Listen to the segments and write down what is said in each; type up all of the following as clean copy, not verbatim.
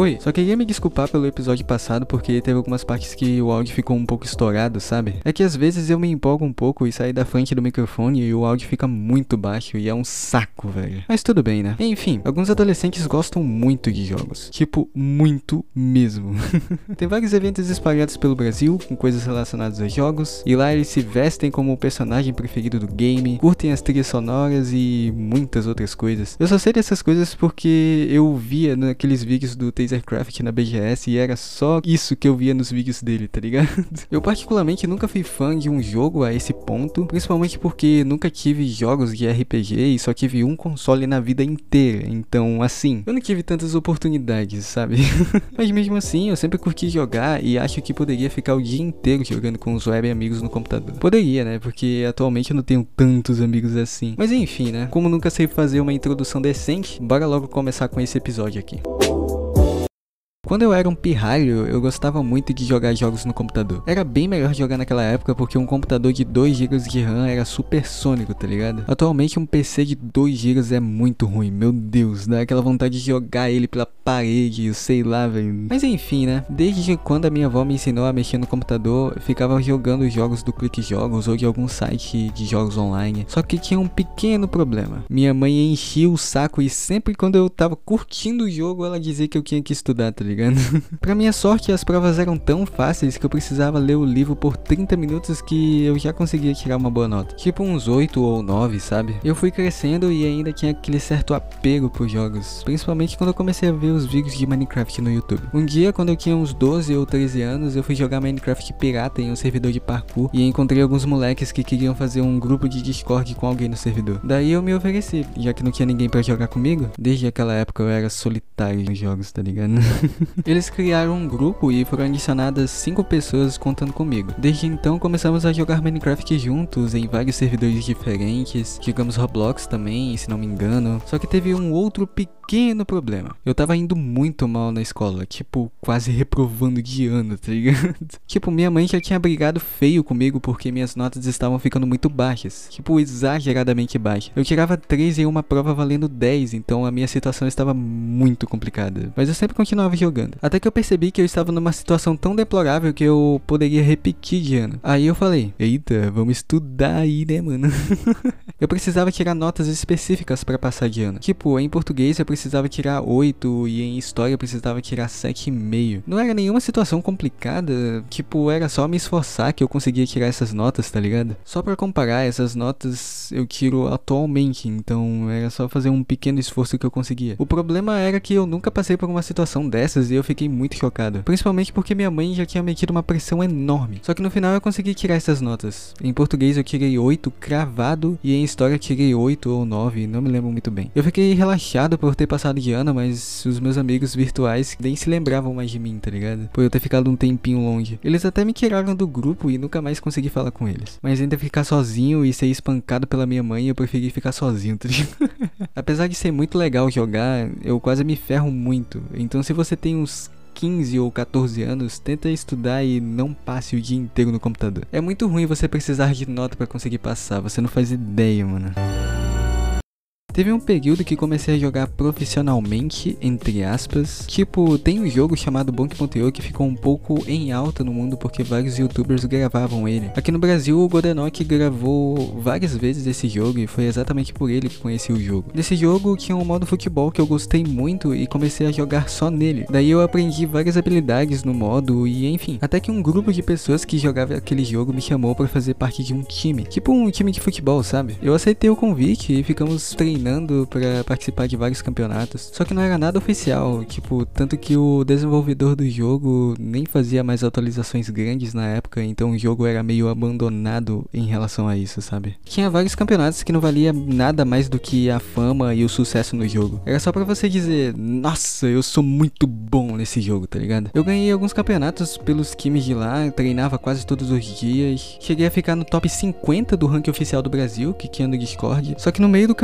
Oi, só queria me desculpar pelo episódio passado porque teve algumas partes que o áudio ficou um pouco estourado, sabe? É que às vezes eu me empolgo um pouco e saio da frente do microfone e o áudio fica muito baixo e é um saco, velho. Mas tudo bem, né? Enfim, alguns adolescentes gostam muito de jogos. Tipo, muito mesmo. Tem vários eventos espalhados pelo Brasil com coisas relacionadas a jogos, e lá eles se vestem como o personagem preferido do game, curtem as trilhas sonoras e muitas outras coisas. Eu só sei dessas coisas porque eu via naqueles vídeos do Tasercraft na BGS e era só isso que eu via nos vídeos dele, tá ligado? Eu particularmente nunca fui fã de um jogo a esse ponto, principalmente porque nunca tive jogos de RPG e só tive um console na vida inteira, então assim, eu não tive tantas oportunidades, sabe? Mas mesmo assim, eu sempre curti jogar e acho que poderia ficar o dia inteiro jogando com os web amigos no computador. Poderia, né? Porque atualmente eu não tenho tantos amigos assim. Mas enfim, né? Como nunca sei fazer uma introdução decente, bora logo começar com esse episódio aqui. Quando eu era um pirralho, eu gostava muito de jogar jogos no computador. Era bem melhor jogar naquela época porque um computador de 2 GB de RAM era supersônico, tá ligado? Atualmente um PC de 2 GB é muito ruim, meu Deus, dá aquela vontade de jogar ele pela parede, eu sei lá, velho. Mas enfim, né? Desde quando a minha avó me ensinou a mexer no computador, eu ficava jogando os jogos do Clique Jogos ou de algum site de jogos online. Só que tinha um pequeno problema. Minha mãe enchia o saco e sempre quando eu tava curtindo o jogo, ela dizia que eu tinha que estudar, tá ligado? Pra minha sorte, as provas eram tão fáceis que eu precisava ler o livro por 30 minutos que eu já conseguia tirar uma boa nota. Tipo uns 8 ou 9, sabe? Eu fui crescendo e ainda tinha aquele certo apego por jogos, principalmente quando eu comecei a ver os vídeos de Minecraft no YouTube. Um dia, quando eu tinha uns 12 ou 13 anos, eu fui jogar Minecraft pirata em um servidor de parkour e encontrei alguns moleques que queriam fazer um grupo de Discord com alguém no servidor. Daí eu me ofereci, já que não tinha ninguém pra jogar comigo. Desde aquela época eu era solitário nos jogos, tá ligado? Eles criaram um grupo e foram adicionadas 5 pessoas contando comigo. Desde então começamos a jogar Minecraft juntos em vários servidores diferentes. Jogamos Roblox também, se não me engano. Só que teve um outro pequeno problema. Eu tava indo muito mal na escola, tipo, quase reprovando de ano, tá ligado? Tipo, minha mãe já tinha brigado feio comigo porque minhas notas estavam ficando muito baixas. Tipo, exageradamente baixas. Eu tirava 3 em uma prova valendo 10, então a minha situação estava muito complicada. Mas eu sempre continuava jogando. Até que eu percebi que eu estava numa situação tão deplorável que eu poderia repetir de ano. Aí eu falei, eita, vamos estudar aí, né, mano? Eu precisava tirar notas específicas pra passar de ano. Tipo, em português eu precisava tirar 8 e em história eu precisava tirar 7,5. Não era nenhuma situação complicada, tipo, era só me esforçar que eu conseguia tirar essas notas, tá ligado? Só pra comparar, essas notas eu tiro atualmente, então era só fazer um pequeno esforço que eu conseguia. O problema era que eu nunca passei por uma situação dessas e eu fiquei muito chocado. Principalmente porque minha mãe já tinha metido uma pressão enorme. Só que no final eu consegui tirar essas notas. Em português eu tirei 8 cravado e em história eu tirei 8 ou 9, não me lembro muito bem. Eu fiquei relaxado por ter passado de ano, mas os meus amigos virtuais nem se lembravam mais de mim, tá ligado? Por eu ter ficado um tempinho longe. Eles até me tiraram do grupo e nunca mais consegui falar com eles. Mas ainda ficar sozinho e ser espancado pela minha mãe, eu preferi ficar sozinho, tá ligado? Apesar de ser muito legal jogar, eu quase me ferro muito. Então se você tem uns 15 ou 14 anos, tenta estudar e não passe o dia inteiro no computador. É muito ruim você precisar de nota pra conseguir passar, você não faz ideia, mano. Teve um período que comecei a jogar profissionalmente, entre aspas. Tipo, tem um jogo chamado Bonk.io que ficou um pouco em alta no mundo porque vários youtubers gravavam ele. Aqui no Brasil, o Godenok gravou várias vezes esse jogo e foi exatamente por ele que conheci o jogo. Nesse jogo tinha um modo futebol que eu gostei muito e comecei a jogar só nele. Daí eu aprendi várias habilidades no modo e enfim. Até que um grupo de pessoas que jogava aquele jogo me chamou pra fazer parte de um time. Tipo um time de futebol, sabe? Eu aceitei o convite e ficamos treinando pra participar de vários campeonatos, só que não era nada oficial, tipo, tanto que o desenvolvedor do jogo nem fazia mais atualizações grandes na época, então o jogo era meio abandonado em relação a isso, sabe? Tinha vários campeonatos que não valia nada mais do que a fama e o sucesso no jogo, era só pra você dizer, nossa, eu sou muito bom nesse jogo, tá ligado? Eu ganhei alguns campeonatos pelos times de lá, treinava quase todos os dias, cheguei a ficar no top 50 do ranking oficial do Brasil, que tinha no Discord, só que no meio do caminho eu tive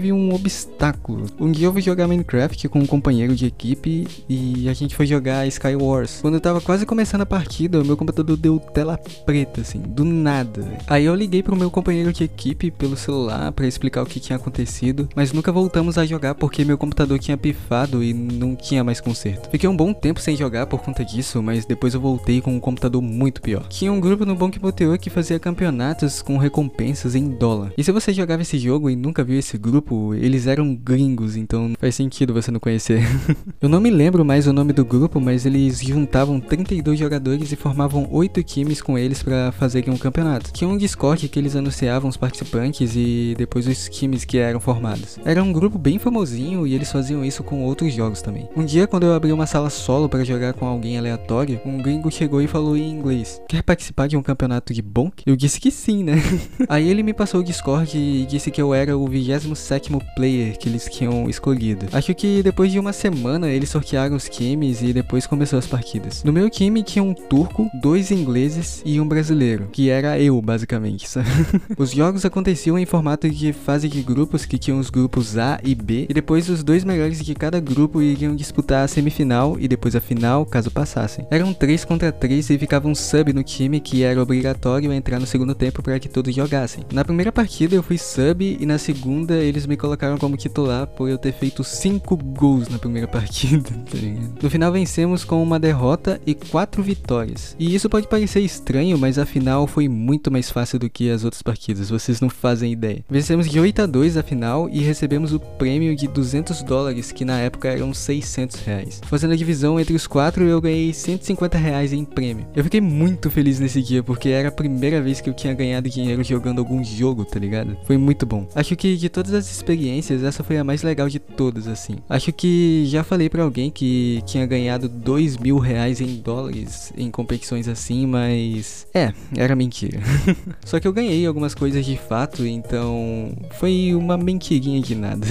tive um obstáculo. Um dia eu fui jogar Minecraft com um companheiro de equipe e a gente foi jogar Skywars. Quando eu tava quase começando a partida, o meu computador deu tela preta, assim, do nada. Aí eu liguei pro meu companheiro de equipe pelo celular pra explicar o que tinha acontecido, mas nunca voltamos a jogar porque meu computador tinha pifado e não tinha mais conserto. Fiquei um bom tempo sem jogar por conta disso, mas depois eu voltei com um computador muito pior. Tinha um grupo no Bonk.io que fazia campeonatos com recompensas em dólar. E se você jogava esse jogo e nunca viu esse grupo, eles eram gringos, então faz sentido você não conhecer. Eu não me lembro mais o nome do grupo, mas eles juntavam 32 jogadores e formavam 8 times com eles pra fazerem um campeonato. Tinha um Discord que eles anunciavam os participantes e depois os times que eram formados. Era um grupo bem famosinho e eles faziam isso com outros jogos também. Um dia, quando eu abri uma sala solo pra jogar com alguém aleatório, um gringo chegou e falou em inglês: "Quer participar de um campeonato de Bonk?" Eu disse que sim, né? Aí ele me passou o Discord e disse que eu era o 27º player que eles tinham escolhido. Acho que depois de uma semana eles sortearam os times e depois começou as partidas. No meu time tinha um turco, 2 ingleses e um brasileiro, que era eu, basicamente, sabe? Os jogos aconteciam em formato de fase de grupos, que tinham os grupos A e B, e depois os 2 melhores de cada grupo iriam disputar a semifinal e depois a final, caso passassem. Eram 3 contra 3 e ficava um sub no time que era obrigatório entrar no segundo tempo para que todos jogassem. Na primeira partida eu fui sub e na segunda eles me colocaram como titular por eu ter feito 5 gols na primeira partida, tá ligado? No final vencemos com uma derrota e 4 vitórias. E isso pode parecer estranho, mas a final foi muito mais fácil do que as outras partidas, vocês não fazem ideia. Vencemos de 8-2 a final e recebemos o prêmio de $200, que na época eram R$600. Fazendo a divisão entre os 4, eu ganhei R$150 em prêmio. Eu fiquei muito feliz nesse dia, porque era a primeira vez que eu tinha ganhado dinheiro jogando algum jogo, tá ligado? Foi muito bom. Acho que de todas as experiências, essa foi a mais legal de todas, assim. Acho que já falei pra alguém que tinha ganhado R$2.000 em dólares em competições assim, mas... era mentira. Só que eu ganhei algumas coisas de fato, então foi uma mentirinha de nada.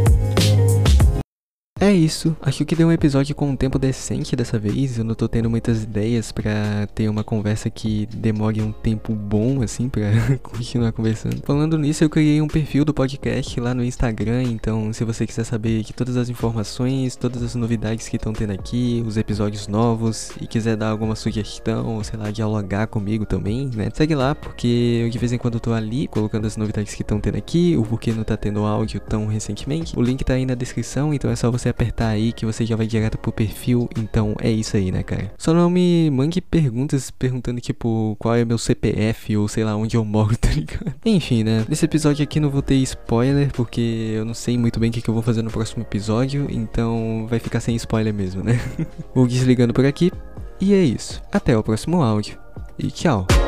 É isso, acho que deu um episódio com um tempo decente dessa vez. Eu não tô tendo muitas ideias pra ter uma conversa que demore um tempo bom, assim, pra continuar conversando. Falando nisso, eu criei um perfil do podcast lá no Instagram, então se você quiser saber de todas as informações, todas as novidades que estão tendo aqui, os episódios novos, e quiser dar alguma sugestão, ou sei lá, dialogar comigo também, né, segue lá, porque eu de vez em quando tô ali, colocando as novidades que estão tendo aqui, o porquê não tá tendo áudio tão recentemente. O link tá aí na descrição, então é só você apertar aí que você já vai direto pro perfil. Então é isso aí, né, cara? Só não me mande perguntas perguntando tipo qual é meu CPF ou sei lá onde eu moro, tá ligado? Enfim, né? Nesse episódio aqui não vou ter spoiler porque eu não sei muito bem o que eu vou fazer no próximo episódio, então vai ficar sem spoiler mesmo, né? Vou desligando por aqui e é isso. Até o próximo áudio e tchau!